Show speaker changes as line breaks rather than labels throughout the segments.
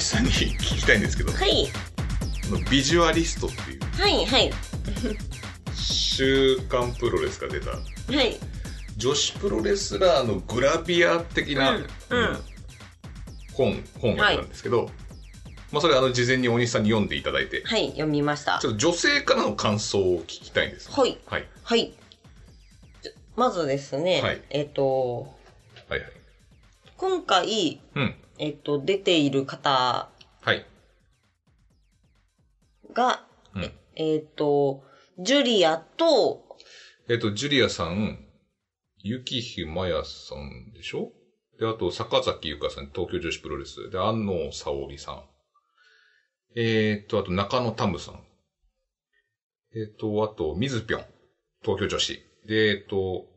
西さんに聞きたいんですけど、
はい。
ビジュアリストっていう、
はいはい。
週刊プロレスが出た、
はい。
女子プロレスラーのグラビア的な、本があったんですけど、まあそれ事前に大西さんに読んでいただいて、
はい、読みました。
ちょっと女性からの感想を聞きたいんです、ね。
はい。
はい。
はい。まずですね、
はい。はいはい。
今回、出ている方が、ジュリアと、
ジュリアさん、雪日まやさんでしょ？で、あと、坂崎ゆかさん、東京女子プロレス。で、安納沙織さん。あと、中野タムさん。あと、水ぴょん。東京女子。で、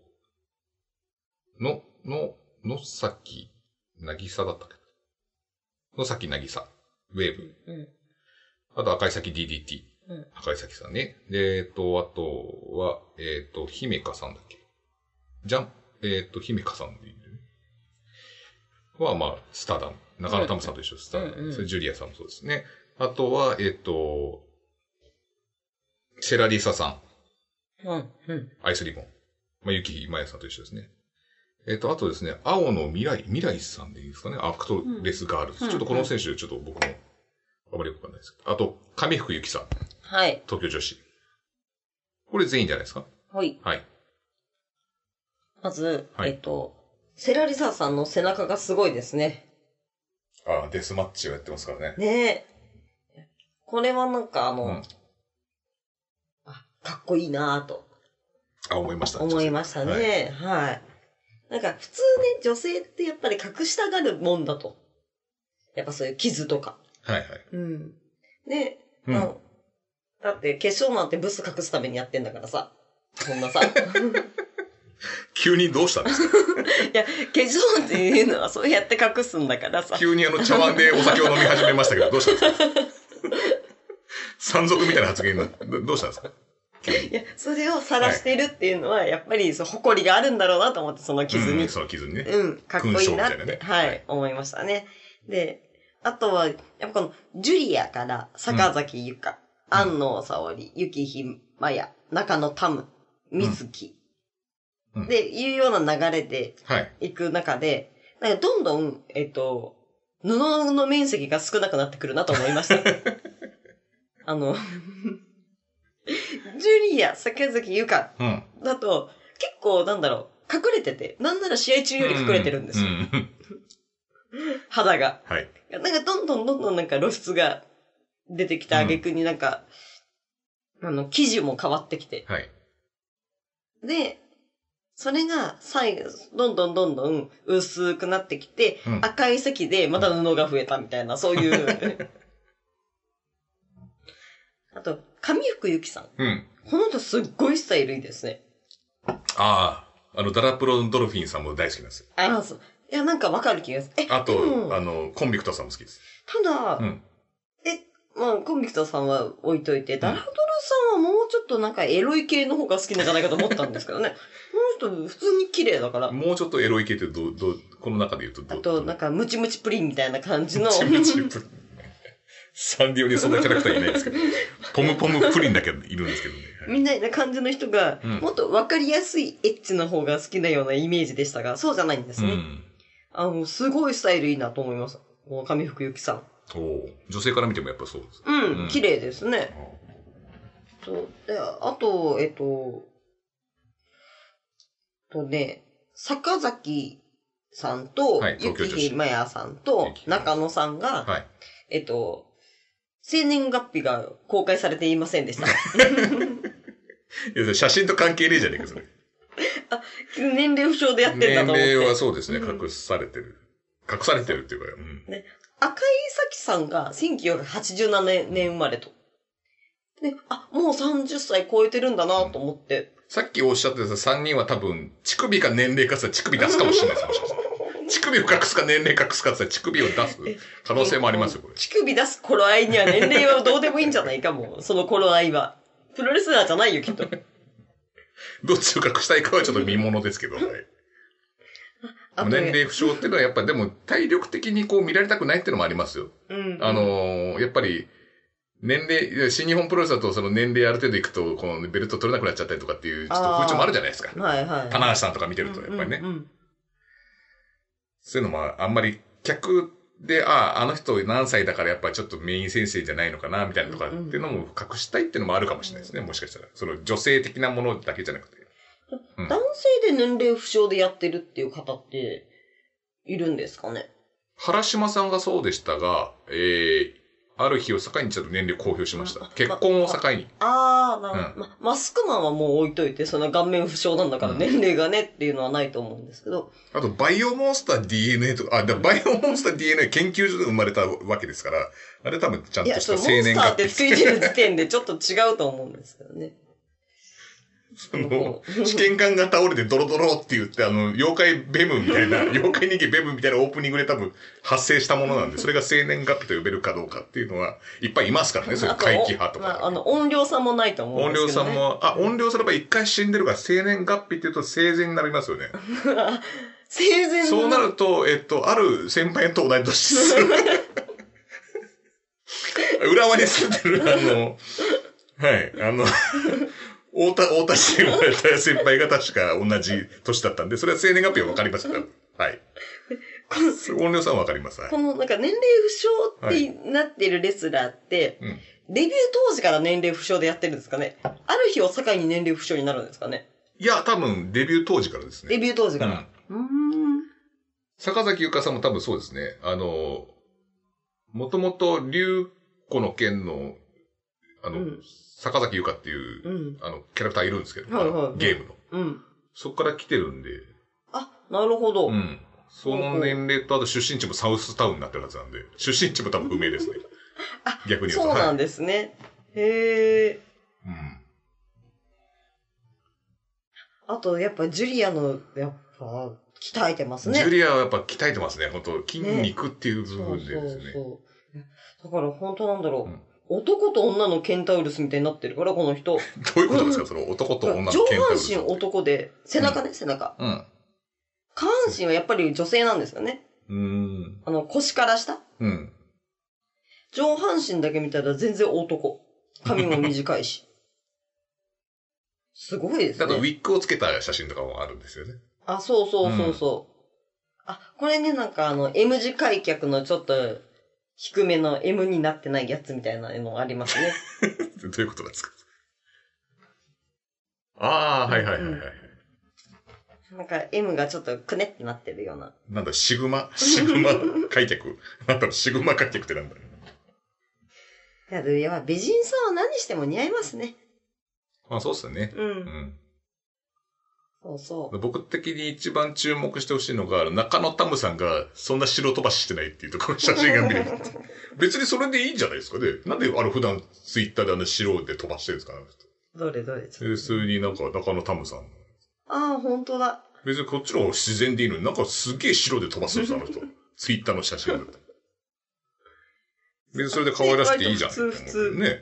野崎なぎさだったっけ？野崎なぎさ。ウェーブ。あと、赤い崎 DDT。赤い崎さんね。で、あとは、姫香さんだっけ？姫香さんでいいんだよね。は、まあ、スターダム。中野タムさんと一緒スターダム。それジュリアさんもそうですね。あとは、シェラリサさん。アイスリボン。まあ、ゆきまやさんと一緒ですね。あとですね、青の未来さんでいいですかね。アクトレスガールズ。ちょっとこの選手、ちょっと僕も、あまりよくわかんないですけど。あと、上福ゆきさん。
はい。
東京女子。これ全員じゃないですか？
はい。
はい。
まず、セラリサさんの背中がすごいですね。
ああ、デスマッチをやってますからね。
ねえ。これはなんかかっこいいなぁと。
思いました。
思いましたね。はい。なんか普通ね、女性ってやっぱり隠したがるもんだと。やっぱそういう傷とか。
はいはい。
で、だって化粧なんてブス隠すためにやってんだからさ。そんなさ。
急にどうしたんですか？
いや、化粧っていうのはそうやって隠すんだからさ。
急に茶碗でお酒を飲み始めましたけど、どうしたんですか？山賊みたいな発言どうしたんですか？
いや、それを晒してるっていうのは、やっぱり誇りがあるんだろうなと思って、その傷に。
その傷にね。
かっこいいなって、思いましたね。で、あとは、やっぱこの、ジュリアから、坂崎ゆか、安納沙織、雪日まや、中野タム、水木。で、いうような流れで、いく中で、なんかどんどん、布の面積が少なくなってくるなと思いました。ジュリア、坂崎ゆかだと、結構隠れてて、なんなら試合中より隠れてるんですよ。肌が。
はい。
なんかどんどんなんか露出が出てきた挙句になんか、生地も変わってきて。
はい。
で、それが最後、どんどん薄くなってきて、赤い席でまた布が増えたみたいな、そういう。あと、上福ゆきさん。この人すっごいスタイルいいですね。
ああ、ダラプロドルフィンさんも大好きなんですよ。
ああ、そう。いや、なんかわかる気がする。
あと、コンビクトさんも好きです。
ただ、まあ、コンビクトさんは置いといて、ダラドルさんはもうちょっとなんかエロい系の方が好きなんじゃないかと思ったんですけどね。この人普通に綺麗だから。
もうちょっとエロい系ってこの中で言うと
あと、なんかムチムチプリンみたいな感じの。
ムチムチプリン。サンリオにそんなキャラクターいないですけど。ポムポムプリンだけいるんですけどね。
みたいな感じの人が、もっとわかりやすいエッチな方が好きなようなイメージでしたが、そうじゃないんですね。すごいスタイルいいなと思います。上福ゆきさん。
女性から見てもやっぱそうです。
綺麗ですね。で、あと、坂崎さんと、雪日まやさんと、中野さんが、生年月日が公開されていませんでした。い
や、写真と関係ねえじゃねえか、それ。
年齢不詳でやってんだと思って。
年齢はそうですね、隠されてる。隠されてるっていうか、
赤井咲さんが1987年生まれと。で、もう30歳超えてるんだなと思って。
さっきおっしゃってた3人は多分、乳首か年齢かさ、乳首出すかもしれないです、もしかしたら。乳首を隠すか年齢隠すかって乳首を出す可能性もありますよ、これ。
乳首出す頃合いには年齢はどうでもいいんじゃないかも、その頃合いは。プロレスラーじゃないよ、きっと。
どっちを隠したいかはちょっと見物ですけど。はい、 年齢不詳っていうのはやっぱりでも体力的にこう見られたくないっていうのもありますよ。やっぱり年齢、新日本プロレスだとその年齢ある程度いくとこのベルト取れなくなっちゃったりとかっていうちょっと風潮もあるじゃないですか。
はいはい。
棚橋さんとか見てるとやっぱりね。そういうのもあんまり客で、あの人何歳だからやっぱちょっとメイン先生じゃないのかなみたいなとかっていうのも隠したいっていうのもあるかもしれないですね。もしかしたら。その女性的なものだけじゃなくて。
男性で年齢不詳でやってるっていう方っているんですかね？
原島さんがそうでしたが、ある日を境にちょっと年齢公表しました。結婚を境に。
なるほど。マスクマンはもう置いといて、その顔面不詳なんだから年齢がねっていうのはないと思うんですけど。
あと、バイオモンスター DNA とか、バイオモンスター DNA 研究所で生まれたわけですから、あれ多分ちゃんとした生年月日。モンスター
ってついてる時点でちょっと違うと思うんですけどね。
試験官が倒れてドロドロって言って、妖怪ベムみたいな、妖怪人間ベムみたいなオープニングで多分発生したものなんで、それが生年月日と呼べるかどうかっていうのは、いっぱいいますからね、そういう怪奇派とか。
音量差もないと思うんですけど、ね。
音量差も、音量差れば一回死んでるから生年月日って言うと生前になりますよね。
生前
そうなると、ある先輩と同い年です。浦和に住んでる、はい、太田市で生まれた先輩が確か同じ年だったんで、それは生年月日は分かりますから。はい。音量さんは分かります。はい、
このなんか年齢不詳ってなってるレスラーって、はい、デビュー当時から年齢不詳でやってるんですかね？ある日を境に年齢不詳になるんですかね？
いや、多分デビュー当時からですね。
デビュー当時から。
坂崎優香さんも多分そうですね。もともと竜子の剣の、坂崎優香っていう、キャラクターいるんですけど、ゲームの。そこから来てるんで。
あ、なるほど。
その年齢と、あと出身地もサウスタウンになってるはずなんで、出身地も多分不明ですね。逆に言うと。
そうなんですね。へえ。あと、やっぱジュリアの、やっぱ、鍛えてますね。
ジュリアはやっぱ鍛えてますね。本当筋肉っていう部分でですね。そう。
だから本当なんだろう。男と女のケンタウルスみたいになってるから、この人。ど
ういうことですか、その男と女のケンタウルス。
上半身男で、背中ね、背中。下半身はやっぱり女性なんですよね。腰から下。上半身だけ見たら全然男。髪も短いし。すごいですね。
だからウィッグをつけた写真とかもあるんですよね。
あ、そうそうそうそう。これね、なんかM 字開脚のちょっと、低めの M になってないやつみたいなのありますね。
どういうことなんですか？はいはいはいはい。
なんか M がちょっとくねってなってるような。
なんだ、シグマ開脚。なんだろ、シグマ開脚ってなんだろう。
いや、美人さんは何しても似合いますね。
そうっすよね。
そうそう。
僕的に一番注目してほしいのが、中野タムさんがそんな白飛ばししてないっていうところ、写真が見れる。別にそれでいいんじゃないですかね。なんで普段ツイッターで白で飛ばしてるんですか？
どれ
普通になんか中野タムさん。
本当だ。
別にこっちの方が自然でいいのに、なんかすげえ白で飛ばすんですよ、人。ツイッターの写真だって。別にそれで可愛らしくていいじゃん。
普通。ね。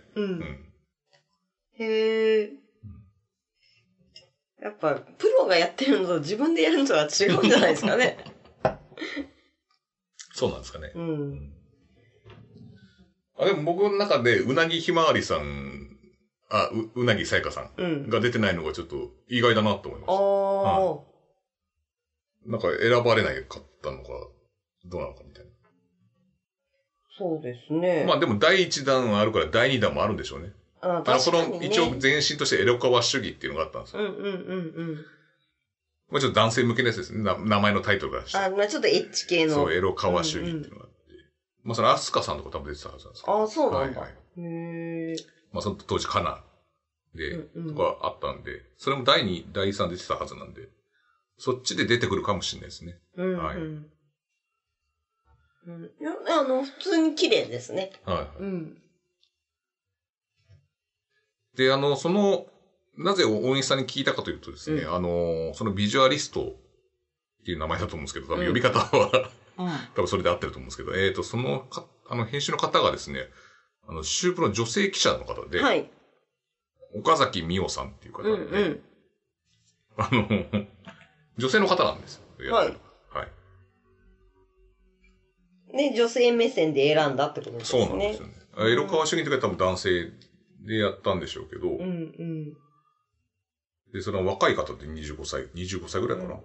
へえ。やっぱ、プロがやってるのと自分でやるのとは違うんじゃないですかね。
そうなんですかね。でも僕の中で、うなぎひまわりさん、うなぎさやかさんが出てないのがちょっと意外だなと思いました。なんか選ばれないかったのか、どうなのかみたいな。
そうですね。
まあでも第1弾はあるから第2弾もあるんでしょうね。この一応前身としてエロカワ主義っていうのがあったんですよ。まあちょっと男性向けのやつですね。名前のタイトルがして。
まあちょっとエッチ系の。
そう、エロカワ主義っていうのがあって。まあそのアスカさんとか多分出てたはずなんですけど。
そうなんだ。
まあその当時カナで、とかあったんで、それも第2、第3出てたはずなんで、そっちで出てくるかもしれないですね。はい。
普通に綺麗ですね。
はい。で、なぜ大西さんに聞いたかというとですね、そのビジュアリストっていう名前だと思うんですけど、多分呼び方は、多分それで合ってると思うんですけど、その編集の方がですね、シュープの女性記者の方で、岡崎美代さんっていう方で、女性の方なんですよ。はい。
ね、女性目線で選んだってことですね。
そうなんですよね。エロカワ主義とか多分男性でやったんでしょうけど、で、その若い方って25歳ぐらいかな。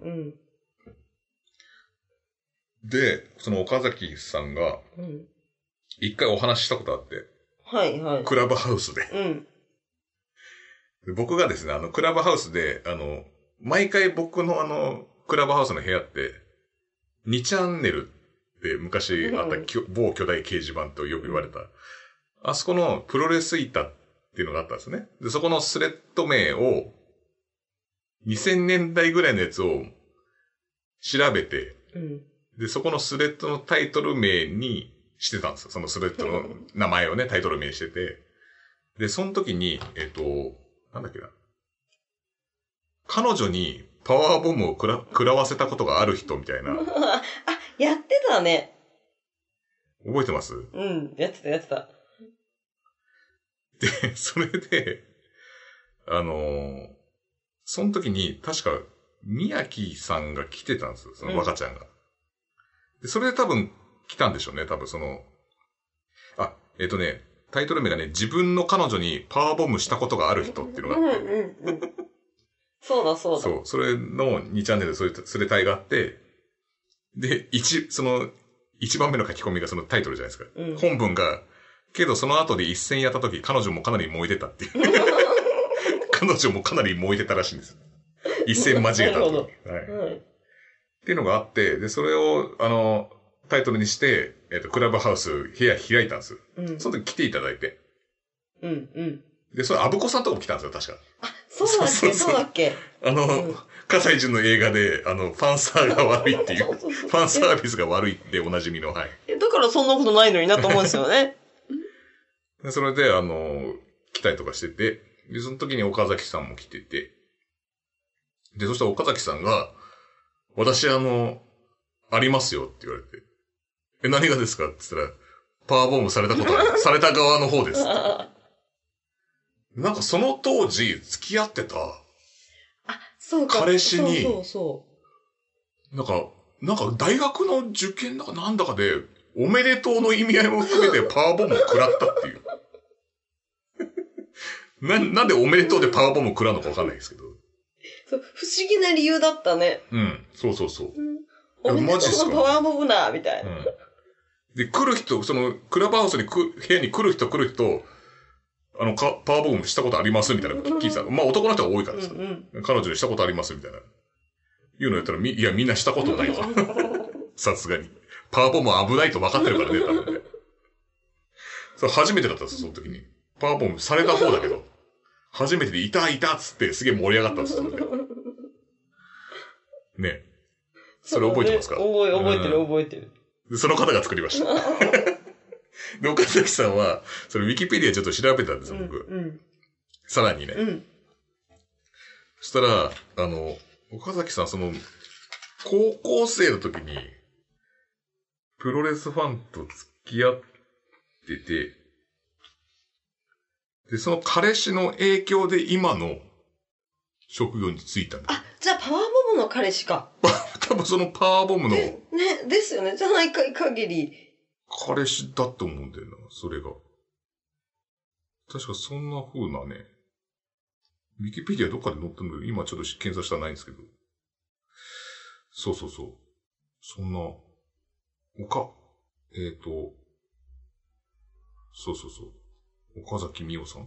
で、その岡崎さんが、一回お話ししたことあって、クラブハウスで。で僕がですね、クラブハウスで、毎回僕のクラブハウスの部屋って、2チャンネルって昔あった某巨大掲示板とよく言われた、あそこのプロレス板っていうのがあったんですね。で、そこのスレッド名を、2000年代ぐらいのやつを調べて、で、そこのスレッドのタイトル名にしてたんですよ。そのスレッドの名前をね、タイトル名にしてて。で、その時に、なんだっけな。彼女にパワーボムを食らわせたことがある人みたいな。
あ、やってたね。
覚えてます？
やってた。
で、それで、その時に確か宮城さんが来てたんですよ。その若ちゃんが。で、それで多分来たんでしょうね。多分タイトル名がね、自分の彼女にパワーボムしたことがある人っていうのがあって。
そうだ。
そう、それの2チャンネルでそれ帯があって、で、1番目の書き込みがそのタイトルじゃないですか。本文が、けどその後で一戦やった時、彼女もかなり燃えてたっていう。彼女もかなり燃えてたらしいんです。一戦間違えた時。っていうのがあって、で、それを、タイトルにして、クラブハウス部屋開いたんです。その時来ていただいて。で、それ、アブコさんとかも来たんですよ、確か。
あ、そうだっけ
葛西潤の映画で、ファンサーが悪いっていう、ファンサービスが悪いっておなじみの、はい。
だからそんなことないのになと思うんですよね。
でそれで、来たりとかしてて、で、その時に岡崎さんも来てて、で、そしたら岡崎さんが、私ありますよって言われて、何がですかって言ったら、パワーボムされたことある。された側の方ですって。なんかその当時、付き合ってた、彼氏に、なんか大学の受験だかなんだかで、おめでとうの意味合いも含めてパワーボムを食らったっていう。なんでおめでとうでパワーボムを食らうのかわかんないですけど。
不思議な理由だったね。
そう。
おめでとうのパワーボムだみたいな。
で、来る人、その、クラブハウスに部屋に来る人、パワーボムしたことありますみたいな聞いてた。まあ男の人が多いからさ。彼女にしたことありますみたいな。言うのやったら、いや、みんなしたことないわ。さすがに。パワーボムは危ないと分かってるからね、多分ね。それ初めてだったんですよ、その時に。パワーボムされた方だけど。初めてで、いたっつってすげえ盛り上がったんですよ、それで。ね。それ覚えてますか？
覚えてる。
でその方が作りました。で、岡崎さんは、それウィキペディアちょっと調べたんですよ、僕。さらにね。そしたら、岡崎さん、高校生の時に、プロレスファンと付き合ってて、で、その彼氏の影響で今の職業に就いたんだ。
あ、じゃあパワーボムの彼氏か。
多分そのパワーボムの。
ね、ですよね。じゃない限り。
彼氏だと思うんだよな、それが。確かそんな風なね、ウィキペディアどっかで載ってるので、今ちょっと検索したらないんですけど。そう。そんな、岡崎美代さん。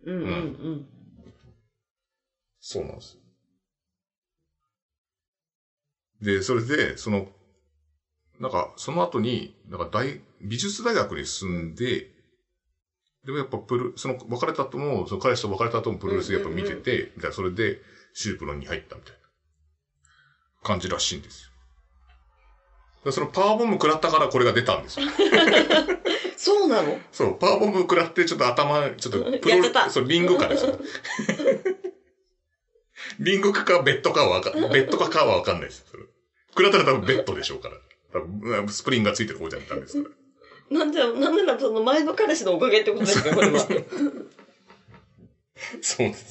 そうなんです。で、それで、その後に、美術大学に住んで、でもやっぱその彼氏と別れた後もプロレスやっぱ見てて、みたいな、それで、シルプロに入ったみたいな感じらしいんですよ。そのパワーボム食らったからこれが出たんですよ。
そうなの？
そう、パワーボム食らってちょっと
やってた。
そう、リングかですよ。リングかベッドかはわかんないです。食らったら多分ベッドでしょうから。多分スプリングがついてる方じゃったんですから。
なんならその前の彼氏のおかげってことですか、これは。
そうです。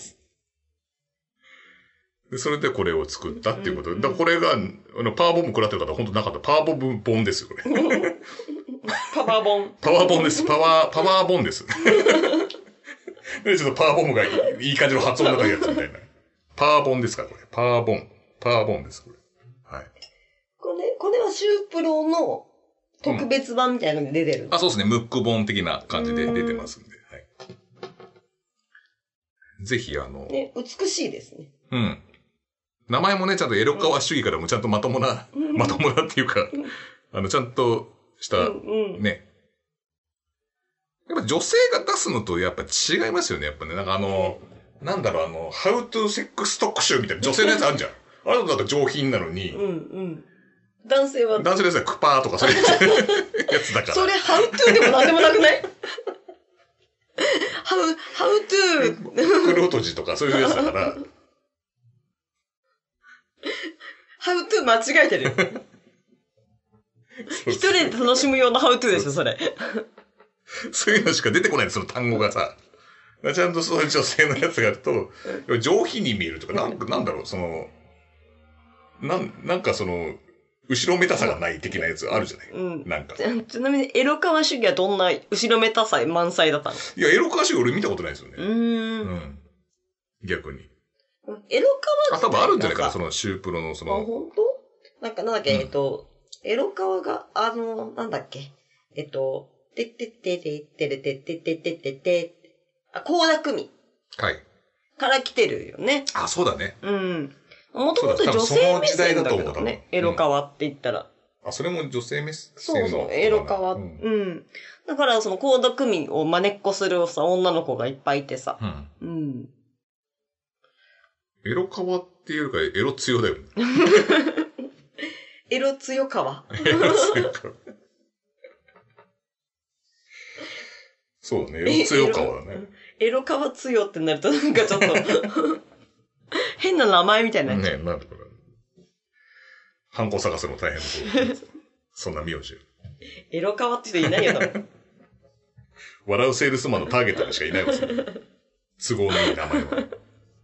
でそれでこれを作ったっていうことで、これが、パワーボム食らってる方は本当なかった。パワーボム本ですよ、これ。
パワーボン。
パワーボンです。パワーボンです。でちょっとパワーボムがいい感じの発音の高いやつみたいな。パワーボンですかこれ。パワーボン。パワーボンです、これ。はい。
これはシュープロの特別版みたいなので出てる、
あ、そうですね。ムック本的な感じで出てますんで。はい。ぜひ
ね、美しいですね。
うん。名前もね、ちゃんとエロカワ主義からもちゃんとまともなっていうか、ちゃんとした、ね。やっぱ女性が出すのとやっぱ違いますよね。やっぱね。なんかなんだろう、How to Sex 特集みたいな女性のやつあるじゃん。あれだと上品なのに。
男性の
やつはクパーとかそういうやつだから。
それ How to でもなんでもなくない？ How to
クロトジとかそういうやつだから。
How to 間違えてるよ。一人で楽しむような How to でしょ、それ。
そういうのしか出てこないんです、その単語がさ。ちゃんとそういう女性のやつがあると、上品に見えるとか、なんだろう、なんか後ろめたさがない的なやつあるじゃない、なんか。
ちなみに、エロカワ主義はどんな後ろめたさ満載だったの？
いや、エロカワ主義俺見たことないですよね。逆に。
エロカワ
多分あるんじゃないかな、シュープロの
あ、本当？なんだっけ、エロカワが、なんだっけ、てってってれってれてってってってってって、倖田來未。
はい。
から来てるよね。
あ、そうだね。
もともと女性目線だけどね、エロカワって言ったら。
あ、それも女性目線
そう、エロカワ。だから、倖田來未を真似っこするさ、女の子がいっぱいいてさ。
エロカワっていうか、エロ強だよね。
エロ強カワ。
エロ強カワ。そうだね、エロ強カワだね。
エロカワ強ってなるとなんかちょっと、変な名前みたいになっちゃう。
ね、なんとか。ハンコ探すの大変だと。そんな名字。
エロカワって人いないよ、多分。
笑うセールスマンのターゲットにしかいないですよ。都合のいい名前は。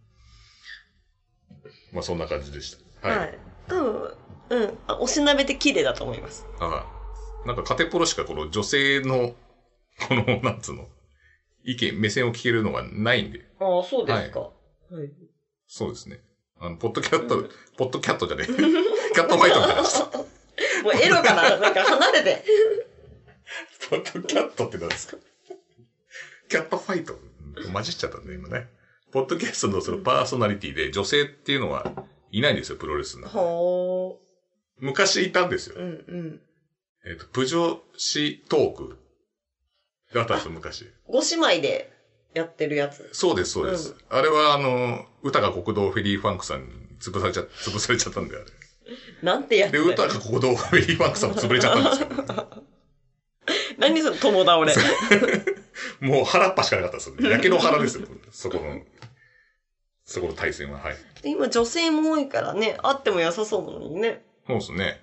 まあそんな感じでした。はい。
多分、おしなべて綺麗だと思います。
なんかカテプロしかこの女性の、なんつうの、目線を聞けるのがないんで。
ああ、そうですか。はい。
そうですね。ポッドキャットじゃねえ。キャットファイトみたいな。
もうエロかななんか離れて。
ポッドキャットって何ですか？キャットファイト混じっちゃったんだ、今ね。ポッドキャストのそのパーソナリティで女性っていうのはいないんですよ、プロレスの。昔いたんですよ。プジョシトーク。だったんですよ、昔。
ご姉妹でやってるやつ。
そうです、そうです。あれは歌が国道フェリーファンクさんに潰されちゃったんだよ、あれ。
なんてやつ
で、歌が国道フェリーファンクさんも潰れちゃったんですよ。
何その友倒れ。
もう腹っぱしかなかったですよね。焼け野原ですよ、そこの対戦は。はい。
今女性も多いからね、あっても良さそうなのにね。
そうですね。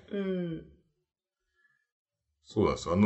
そうなんですよ。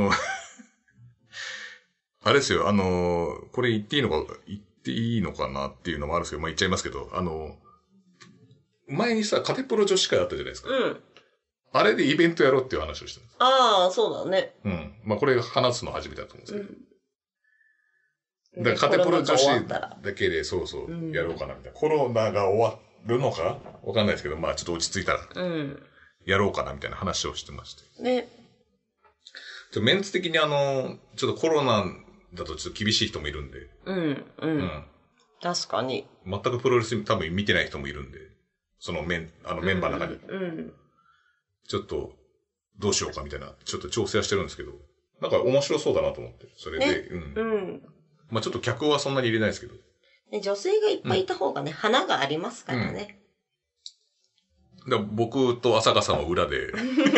あれですよ、これ言っていいのかなっていうのもあるんですけど、まあ言っちゃいますけど、前にさ、カテプロ女子会あったじゃないですか。あれでイベントやろうっていう話をしてます。
ああ、そうだね。
まあこれ話すの初めてだと思うんですけど。だからカテプロ女子だけでそうやろうかなみたいな。コロナが終わるのかわかんないですけど、まあちょっと落ち着いたら、やろうかなみたいな話をしてまして。
ね。
メンツ的にちょっとコロナだとちょっと厳しい人もいるんで。
確かに。
全くプロレス多分見てない人もいるんで。そのメンバーの中に。ちょっと、どうしようかみたいな、ちょっと調整はしてるんですけど。なんか面白そうだなと思って。それで、まあちょっと客はそんなに入れないですけど。
女性がいっぱいいた方がね、花がありますからね。
僕と浅香さんは裏で。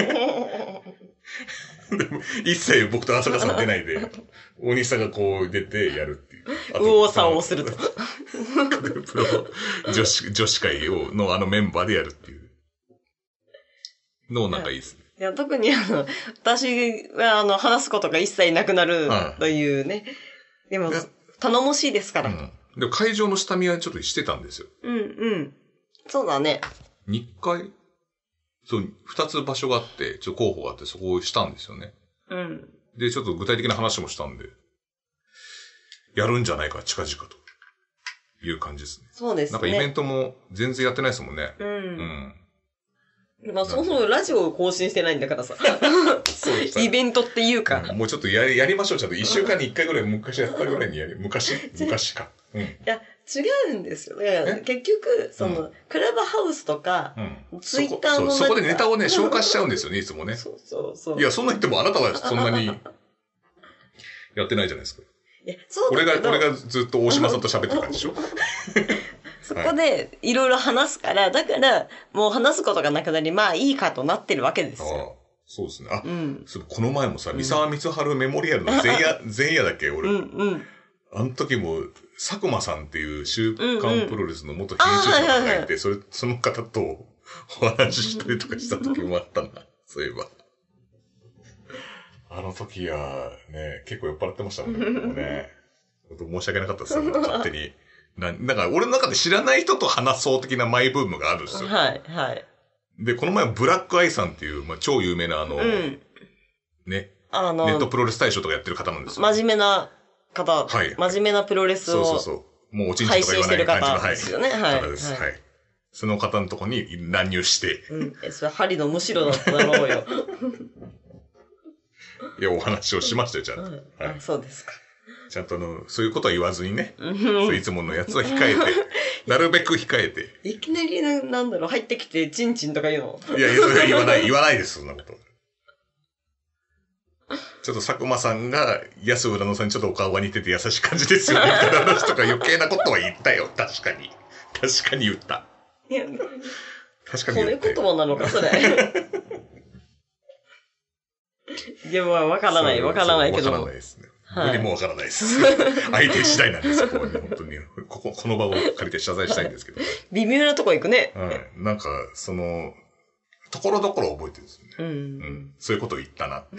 でも一切僕と浅香さん出ないで、大西さんがこう出てやるっていう。
右往左往すると。
プロ女子会のメンバーでやるっていうのなんかいいですね。
いや、特に私は話すことが一切なくなるというね。でも、頼もしいですから。
でも会場の下見はちょっとしてたんですよ。
そうだね。
2回そう、2つ場所があって、候補があって、そこをしたんですよね。 で、ちょっと具体的な話もしたんで、やるんじゃないか、近々という感じですね。
そうですね。
なんかイベントも全然やってないですもんね。
うん。まあ、そもそもラジオを更新してないんだからさ。そうですね。イベントっていうか。
もうちょっとやりましょう。ちゃんと1週間に1回ぐらい昔やったぐらいに昔か。
いや、違うんですよ。結局、クラブハウスとか、ツイッターの
そこでネタをね、消化しちゃうんですよね、いつもね。
そう。
いや、そんな言ってもあなたはそんなにやってないじゃないですか。俺がずっと大島さんと喋ってたんでしょ
そこでいろいろ話すから、だから、もう話すことがなくなり、まあいいかとなってるわけですよ。
そうですね。この前もさ、三沢光晴メモリアルの前夜だっけ俺。あの時も、佐久間さんっていう週刊プロレスの元編集者がいて、その方とお話ししたりとかした時もあったな。そういえば。あの時はね、結構酔っ払ってましたもんね。本当申し訳なかったですよ、勝手に。なんか俺の中で知らない人と話そう的なマイブームがあるんですよ。
はい。
で、この前ブラックアイさんっていう、超有名なね、ネットプロレス大賞とかやってる方なんですよ。
真面目な方。はい。真面目なプロレスを。
そう。もうおちんちんとか言わない感じの、
方ですよね。はい。
方です。はい。その方のとこに乱入して。
それ針のむしろだっただろうよ。
いや、お話をしましたよ、ちゃんと。
はい。そうですか。
ちゃんとそういうことは言わずにね。いつものやつは控えて。なるべく控えて。
いきなり入ってきて、チンチンとか言うの？
いや、言わないです、そんなこと。ちょっと佐久間さんが、安浦野さんにちょっとお顔が似てて優しい感じですよね、みたいな話とか余計なことは言ったよ、確かに言った。
いや、
確かに言ったよ。
褒め言葉なのか、それ。でも、わからないけど。わからない
ですね。無理もわからないです。相手次第なんですよ、ここに。本当に。この場を借りて謝罪したいんですけど。
微妙なとこ行くね。
はい。なんか、ところどころ覚えてるんですよね。そういうことを言ったなって。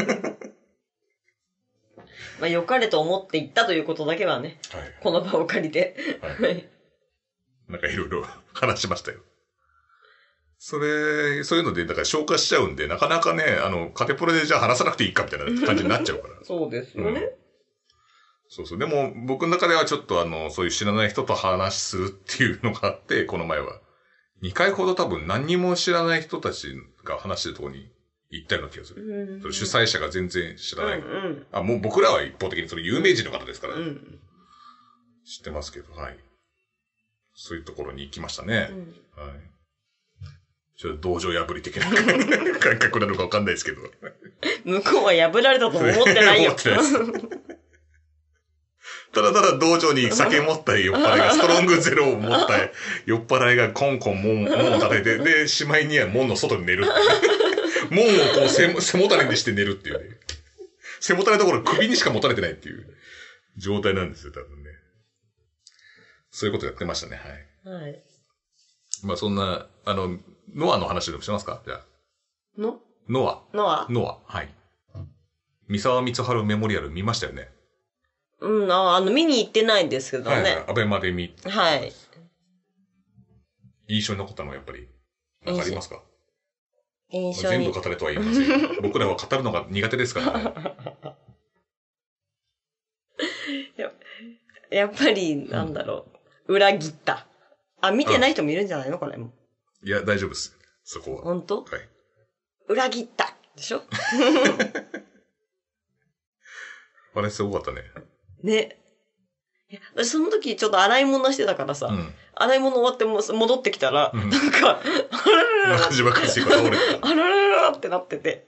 まあ、良かれと思って言ったということだけはね。はい。この場を借りて。はい。
なんかいろいろ話しましたよ。そういうので、だから消化しちゃうんで、なかなかね、カテプロでじゃあ話さなくていいかみたいな感じになっちゃうから。
そうですよね。
そう。でも、僕の中ではちょっとそういう知らない人と話するっていうのがあって、この前は。2回ほど多分何にも知らない人たちが話してるところに行ったような気がする。主催者が全然知らない。もう僕らは一方的に有名人の方ですから、知ってますけど、はい。そういうところに行きましたね。はい。ちょっと道場破り的な感覚なのかわかんないですけど。
向こうは破られたと思ってないよ。
思ってないです。ただ道場に酒持った酔っ払いが、ストロングゼロを持った酔っ払いがコンコン門を叩いて、で、しまいには門の外に寝るっていう、門をこう背もたれにして寝るっていうね。背もたれどころ首にしか持たれてないっていう状態なんですよ、多分ね。そういうことやってましたね、はい。はい。まあそんな、ノアの話でもしますかじゃあ。ノア。はい。三沢光晴メモリアル見ましたよね。
見に行ってないんですけどね。はい、
アベマで
はい。
印象に残ったのはやっぱり、なんかありますか？
印象
に。全部語れとは言いません。僕らは語るのが苦手ですからね。
やっぱり、なんだろう。裏切った。見てない人もいるんじゃないのこれも。
いや、大丈夫です。そこは。
本当？
はい。
裏切ったでしょ
あれすごかったね。
ね。私その時ちょっと洗い物してたからさ、洗い物終わって戻ってきたら、なんか、あららら
中島和彦倒れた。
あらららってなってて。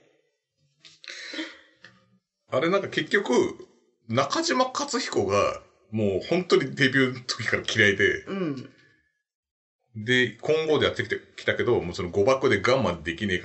あれなんか結局、中島和彦が、もう本当にデビューの時から嫌いで、で、今後でやってきたけど、もうその誤爆で我慢できねえから、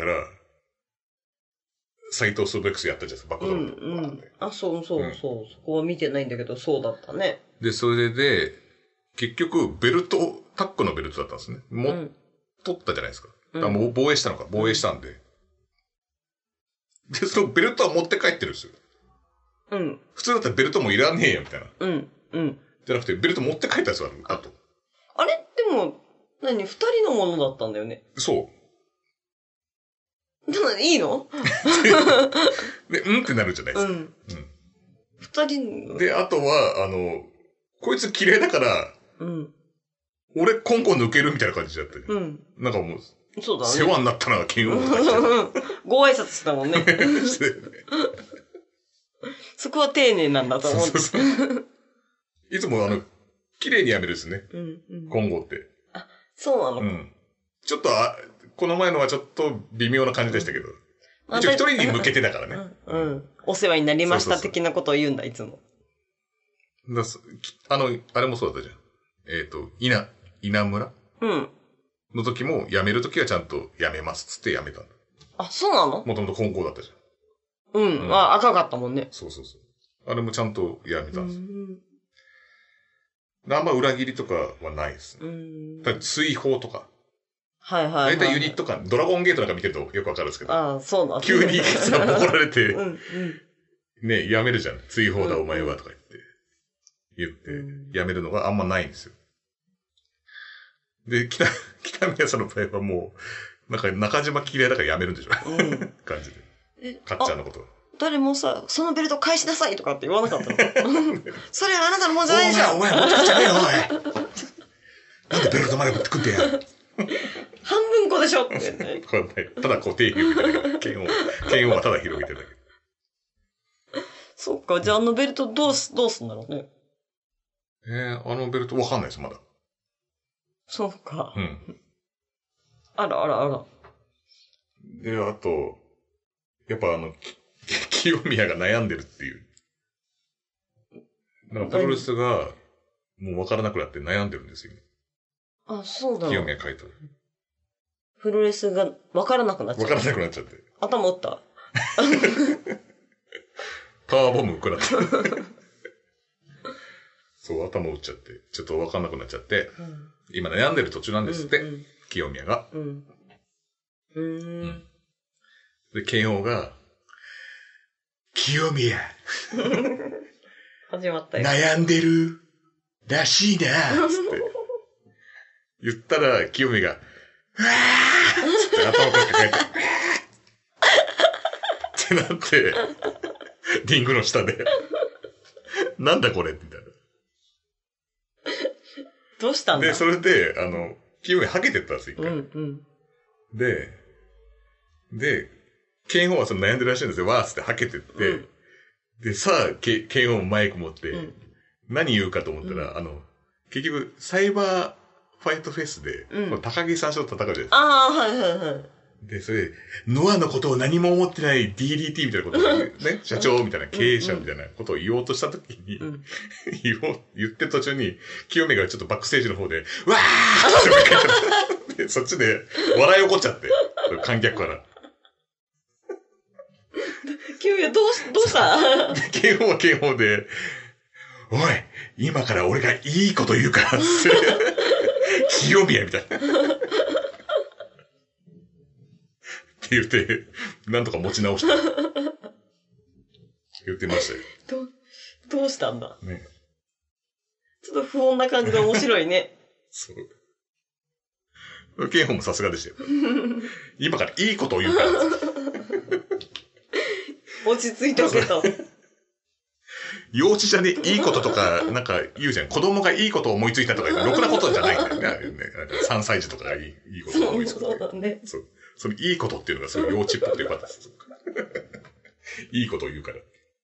斎藤ソブレックスやったじゃないですか、爆弾。
そう。そこは見てないんだけど、そうだったね。
で、それで、結局、タックのベルトだったんですね。取ったじゃないですか。もう防衛したのか、防衛したんで。で、そのベルトは持って帰ってるんですよ。普通だったらベルトもいらねえよ、みたいな。じゃなくて、ベルト持って帰ったやつがある、
あれでも、二人のものだったんだよね。
そう。
でもいいの
で、ってなるじゃないですか。
二人
で、あとは、こいつ嫌いだから、俺、コンコン抜けるみたいな感じだった。なんかもう、
そうだね。
世話になったな、剣王。
ご挨拶したもんね。そこは丁寧なんだと思って。
いつも綺麗にやめるですね。今後って。
あ、そうなの？
ちょっと、この前のはちょっと微妙な感じでしたけど。一応一人に向けてだからね。
お世話になりました的なことを言うんだ、いつも。
あれもそうだったじゃん。稲村の時も、辞める時はちゃんと辞めますっつって辞めたんだ。
あ、そうなの？
もともと金剛だったじ
ゃん。赤かったもんね。
そう。あれもちゃんと辞めたんです。あんま裏切りとかはないです。追放とか。大体ユニットか、ドラゴンゲートなんか見てるとよくわかるんですけど。
ああ、そうなん
急にさ、怒られて、ね、辞めるじゃん。追放だお前はとか言って、辞めるのがあんまないんですよ。で、北宮さんの場合はもう、なんか中島嫌いだから辞めるんでしょ。感じで。かっちゃんのこと。誰
もさ、そのベルト返しなさいとかって言わなかったの？それはあなたのもんじゃないでしょ。
お前、持ってきちゃねえよ、おい。なんでベルトまで持ってくんだよ。
半分こでしょってね。
ただ固定費みたいな。剣王はただ広げてるだけ。
そっか、じゃあベルトどうすんだろうね。
ベルトわかんないです、まだ。
そうか。あら。
で、あと、やっぱ清宮が悩んでるっていう。なんかプロレスが、もうわからなくなって悩んでるんですよ。
あ、そうだ。
清宮書いた。
プロレスがわからなくなっちゃった。
わからなくなっちゃって。
頭打った。
パワーボム食らった。そう、頭打っちゃって、ちょっとわかんなくなっちゃって、今悩んでる途中なんですって、清宮が。で、剣王が、清宮。
始まったよ。
悩んでるらしいな、つって。言ったら、清宮が、うわーつって頭を抱えて、ってなって、リングの下で、なんだこれみたいな。
どうしたんだ？
で、それで、清宮はけてったんですよ、一回。で、剣王は悩んでるらしいんですよ。わーつってはけてって、で、さあ、剣王マイク持って、何言うかと思ったら、結局、サイバーファイトフェスで、高木さんと戦うじゃないですか。
ああ、はい。
で、それで、ノアのことを何も思ってない DDT みたいなことをね、社長みたいな、経営者みたいなことを言おうとしたときに、言って途中に、清宮がちょっとバックステージの方で、わーってで、そっちで笑い起こっちゃって、観客から。
清宮どうした
剣王は剣王で、おい、今から俺がいいこと言うから、って。清宮みたいな。って言って、なんとか持ち直した。言ってましたよ。
どうしたんだ
ね。
ちょっと不穏な感じで面白いね。
そう。剣王もさすがでしたよ。今からいいことを言うから。
落ち着いておけと。
幼稚じゃね、いいこととか、なんか言うじゃん。子供がいいことを思いついたとか、ろくなことじゃないんだよね。あれね3歳児とかがいいことを思いついた。
そうだね。
そう。そのいいことっていうのがすごい幼稚っぽくてよかったです。いいことを言うから。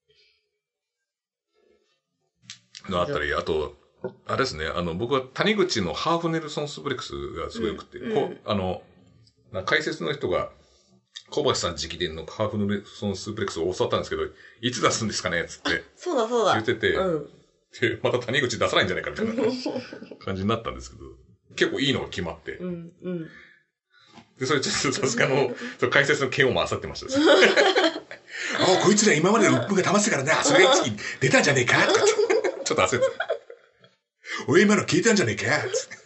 のあったり、あと、あれですね、僕は谷口のハーフネルソンスプレックスがすごい良くて、解説の人が、小橋さん直伝のハーフネルソンスプレックスを教わったんですけど、いつ出すんですかねつって。
そうだ。
言ってて、で、また谷口出さないんじゃないかみたいな感じになったんですけど、結構いいのが決まって。で、それちょっとさすがの、解説の剣をも漁ってました。こいつら今までの鬱憤が溜まってたからな、それが一気出たんじゃねえかとかちょっと焦って。俺今の消えたんじゃねえか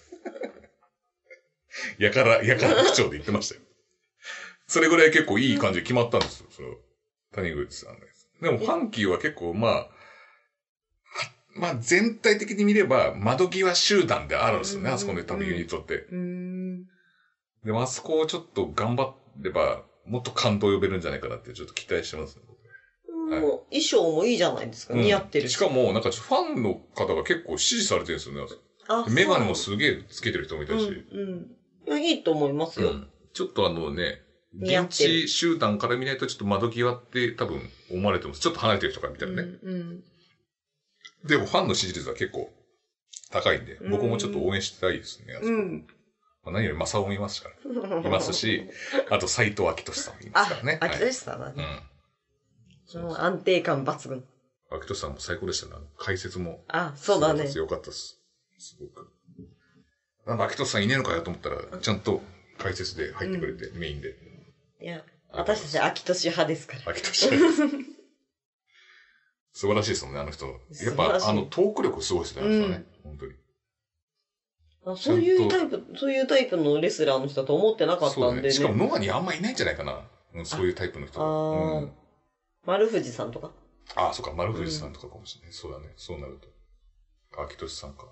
やから口調で言ってましたよ。それぐらい結構いい感じで決まったんですよ、谷口さんのやつ。でも、ファンキーは結構、まあ全体的に見れば、窓際集団であるんですよね、あそこの多分ユニットって。でも、あそこをちょっと頑張れば、 もっと感動を呼べるんじゃないかなってちょっと期待してますね。
もう、衣装もいいじゃないですか。似合ってる
しかも、なんかファンの方が結構支持されてるんですよね。メガネもすげえつけてる人もいたし。
いや、いいと思いますよ。
ちょっと現地集団から見ないとちょっと窓際って多分思われてます。ちょっと離れてる人から見たらね。でもファンの支持率は結構高いんで、僕もちょっと応援したいですね。何より正雄もいますから。いますし、あと斎藤明俊さんもいますからね。
明俊さんはね。安定感抜群。
明俊さんも最高でしたね。解説も。
そうだね。
よかったです。すごく。明俊さんいねえのかよと思ったら、ちゃんと解説で入ってくれて、メインで。
いや、私たち明俊派ですから。
明俊派。素晴らしいですもんね、あの人。やっぱ、トーク力すごいですね、あの人ね。本当に。
そういうタイプのレスラーの人だと思ってなかったんでね。
しかもノアにあんまいないんじゃないかな。そういうタイプの人が。
丸藤さんとか。
そうか、丸藤さんとかかもしれない。そうだね。そうなると。明俊さんか。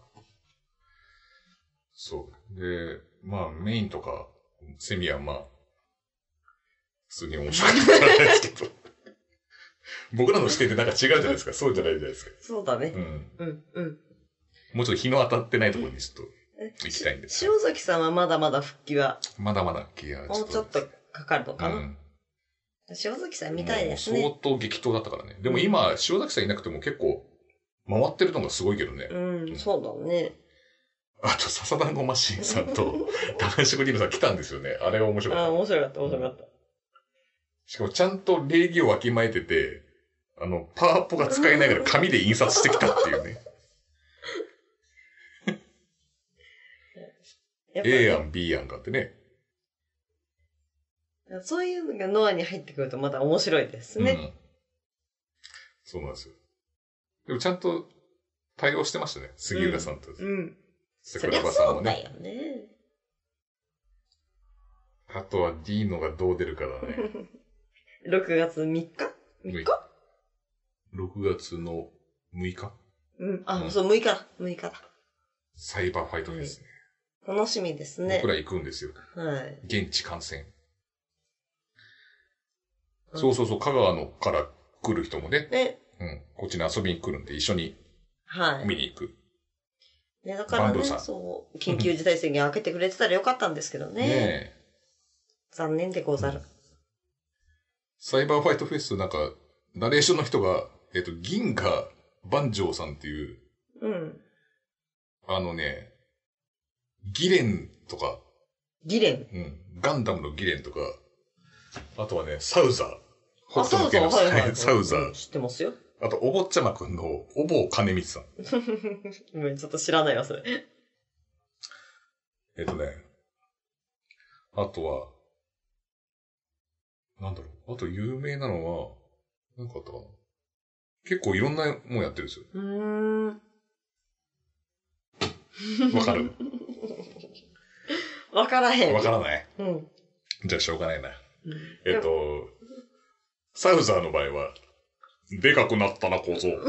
そう。で、メインとか、セミは普通に面白かったんですけど。僕らの視点ってなんか違うじゃないですか。そうじゃないじゃないですか。
そうだね。
もうちょっと日の当たってないところにちょっと行きたいんです。
塩崎さんはまだまだ復帰は。
まだまだ気が
もうちょっとかかるのかな。塩崎さん見たいですね。
相当激闘だったからね。でも今、塩崎さんいなくても結構回ってるのがすごいけどね。
そうだね。
あと、笹団子マシンさんと、男色ディルさん来たんですよね。あれが面白かった。
面白かった。
しかもちゃんと礼儀をわきまえてて、パワーポが使えないから紙で印刷してきたっていうね。A 案、B 案があってね。
そういうのがノアに入ってくるとまた面白いですね。
そうなんですよ。でもちゃんと対応してましたね。杉浦さんと。桜庭さんもね。
そうだよね。
あとは D のがどう出るかだね。
6月3日
?6 月の6日
そう、6日だ。
サイバーファイトですね。
楽しみですね。
僕ら行くんですよ。
はい。
現地観戦。そう、香川から来る人もね。こっちに遊びに来るんで一緒に見に行く。
ね、だからね、そう、緊急事態宣言開けてくれてたらよかったんですけどね。残念でござる。
サイバーファイトフェスなんか、ナレーションの人が、銀河万丈さんっていう、ギレンとか。
ギレン
ガンダムのギレンとか、あとはね、サウザー。
サウザー、
サウザー。
知ってますよ。
あと、お坊ちゃまくんの、お坊金光さん。
ごめん、ちょっと知らないわ、それ。
あとは、なんだろう。あと有名なのは、なんかあったかな。結構いろんなもんやってるんですよ。わかる？
わからへん。
わからない？じゃあしょうがないな。サウザーの場合は、でかくなったな、小僧。ちょ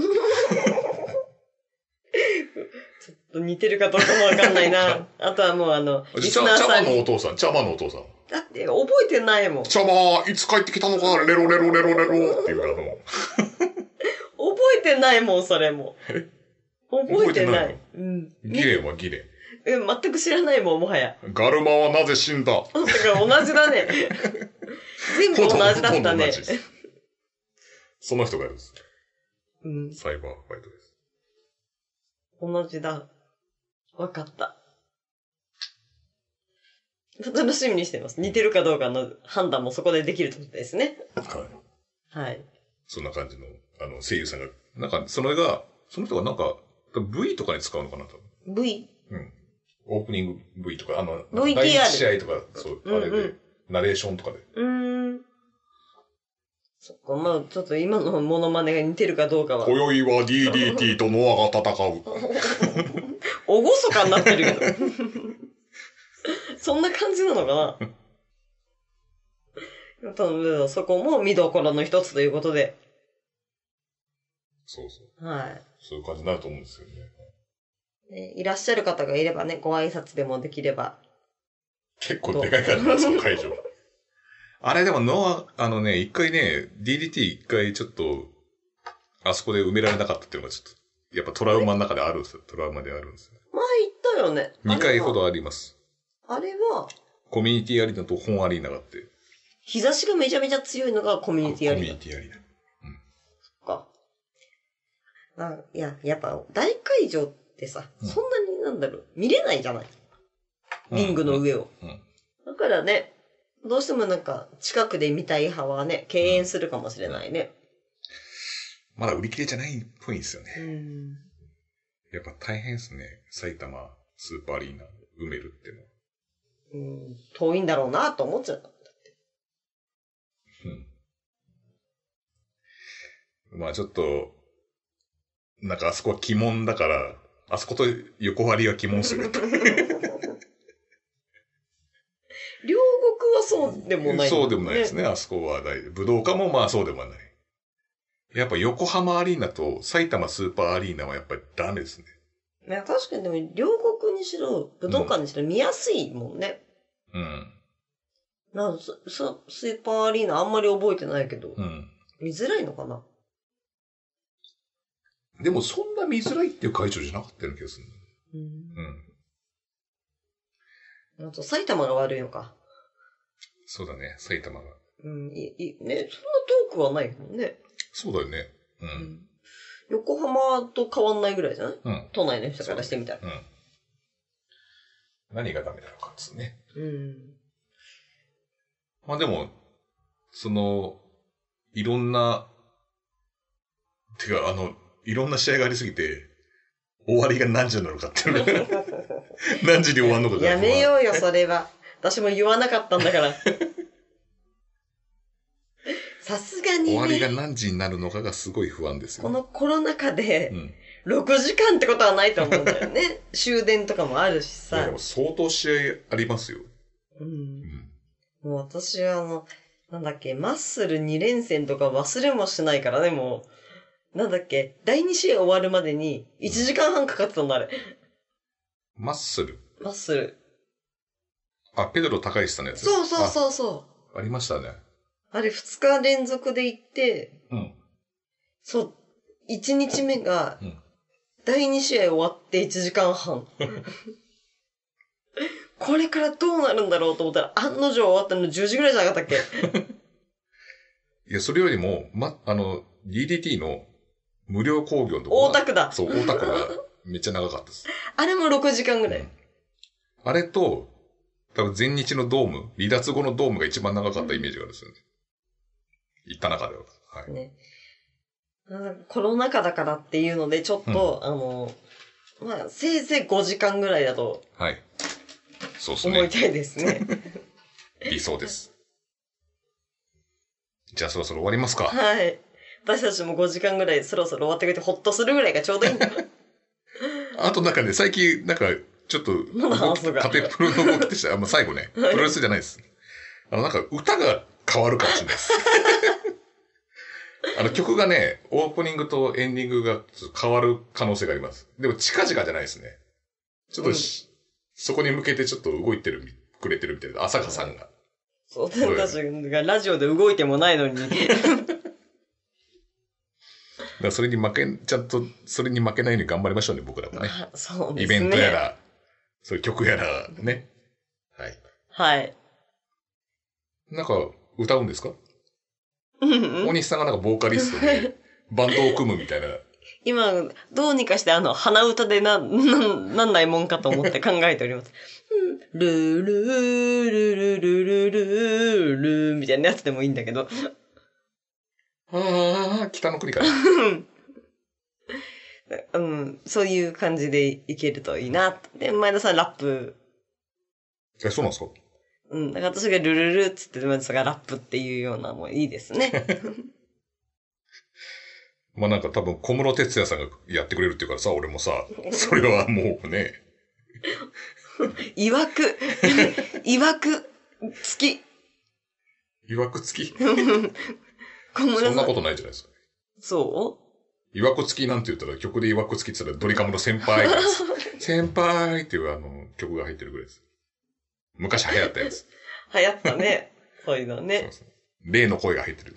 っと似てるかどうかもわかんないな。あとはもう
リスナーさんに。茶葉のお父さん。
だって覚えてないもん。
茶葉、いつ帰ってきたのか、レロレロレロレロっていう覚
えてないもん、それも。覚えてない。
ギレンはギレン。
全く知らないもん、もはや。
ガルマはなぜ死んだ？
だから同じだね。全部同じだったね。
その人がいるんです。サイバーファイトです。
同じだ。わかった。楽しみにしてます。似てるかどうかの判断もそこでできるってことですね。はい。
そんな感じの、声優さんが、なんか、その人がなんか、V とかに使うのかなと。
V？
オープニング V とか、
VTR
第一試合とか、そう、あれで、ナレーションとかで。
そっか、ちょっと今のモノマネが似てるかどうかは。
今宵は DDT とノアが戦う。
おごそかになってるけど。そんな感じなのかな？そこも見どころの一つということで。
そう。
はい。
そういう感じになると思うんですよね。
いらっしゃる方がいればね、ご挨拶でもできれば。
結構でかいからな、その会場。 あれでも一回ね、DDT 一回ちょっと、あそこで埋められなかったっていうのがちょっと、やっぱトラウマの中であるんですよ。トラウマであるんですよ。
前言ったよね。
2回ほどあります。
あれは、
コミュニティアリーナと本アリーナがあって。
日差しがめちゃめちゃ強いのがコミュニティアリーナ。
コミュニティアリーナ。
そっか。やっぱ大会場ってさ、そんなに見れないじゃない。リングの上を。だからね、どうしても近くで見たい派はね、敬遠するかもしれないね。
まだ売り切れじゃないっぽいんですよね。やっぱ大変ですね。埼玉スーパーアリーナ埋めるってのは。
遠いんだろうなと思っちゃった。
まあちょっと、あそこは鬼門だから、あそこと横割りは鬼門する。
両国はそうでもない、ね。
そうでもないですね。あそこは武道館もまあそうでもない。やっぱ横浜アリーナと埼玉スーパーアリーナはやっぱりダメですね。
いや、確かにでも両国にしろ、武道館にしろ見やすいもんね。スーパーアリーナあんまり覚えてないけど、見づらいのかな。
でもそんな見づらいっていう会場じゃなかったような気がする。
あと埼玉が悪いのか。
そうだね、埼玉が。
ね、そんな遠くはないもんね。
そうだよね。
横浜と変わんないぐらいじゃない？都内の人からしてみたら。
何がダメなのかですね。まあでも、いろんな試合がありすぎて、終わりが何時なのかっていう。何時に終わるのか
やめようよ、それは。私も言わなかったんだから。さすがにね。
終わりが何時になるのかがすごい不安ですよ、
このコロナ禍で、6時間ってことはないと思うんだよね。終電とかもあるしさ。
でも相当試合ありますよ。
もう私はマッスル2連戦とか忘れもしないからね、もう。第2試合終わるまでに1時間半かかってたんだ、あれ。
マッスル。あ、ペドロ高石さんのやつ。
そう。
ありましたね。
あれ2日連続で行って、そう、1日目が、第2試合終わって1時間半。これからどうなるんだろうと思ったら、案の定終わったの10時ぐらいじゃなかったっけ？
いや、それよりも、DDT の無料興行のと
こ。大田区だ。
そう、大田区がめっちゃ長かったです。
あれも6時間ぐらい。
あれと、多分前日のドーム、離脱後のドームが一番長かったイメージがあるんですよね。行った中では。はい。ね。
コロナ禍だからっていうので、ちょっと、せいぜい5時間ぐらいだと。
はい。そうですね。
思いたいですね。
理想です。じゃあそろそろ終わりますか。
はい。私たちも5時間ぐらいそろそろ終わってくれてホッとするぐらいがちょうどいいんだ。
あと最近ちょっと、カテプロの動きとして、最後ね、プロレスじゃないです。歌が変わるかもしれないです。曲がね、オープニングとエンディングが変わる可能性があります。でも近々じゃないですね。ちょっと、そこに向けてちょっと動いてくれてるみたいな、浅香さんが。
そう、私がラジオで動いてもないのに。
それにちゃんと、それに負けないように頑張りましょうね、僕らもね。
そうですね。
イベントやら、そういう曲やら、ね。はい。
はい。
歌うんですか？大西さんがボーカリストで、バンドを組むみたいな。
今、どうにかして鼻歌でなんないもんかと思って考えております。ルールールルルルルルルみたいなやつでもいいんだけど。
北の国から。
そういう感じでいけるといいな。で、前田さんラップ。
そうなんですか？
だから私がルルルっつって前田さんがラップっていうようなもういいですね。
多分小室哲哉さんがやってくれるっていうからさ、俺もさ、それはもうね。
いわく付き。
いわく付き
小室さん。
そんなことないじゃないですか。
そう？
いわく付きなんて言ったら曲でいわく付きって言ったらドリカムの先輩が先輩っていう曲が入ってるぐらいです。昔流行ったやつ。
流行ったね。 そういうのね。
そうそう。例の声が入ってるって。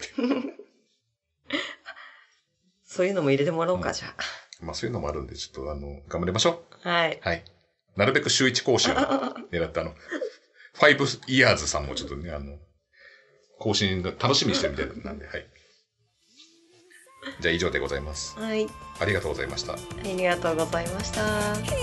そういうのも入れてもらおうか、じゃあ。
まあそういうのもあるんで、ちょっと頑張りましょ
う。はい。
はい。なるべく週1講習を狙って5 years さんもちょっとね、更新楽しみにしてるみたいなんで、はい。じゃあ以上でございます。
はい。
ありがとうございました。あ
りがとうございました。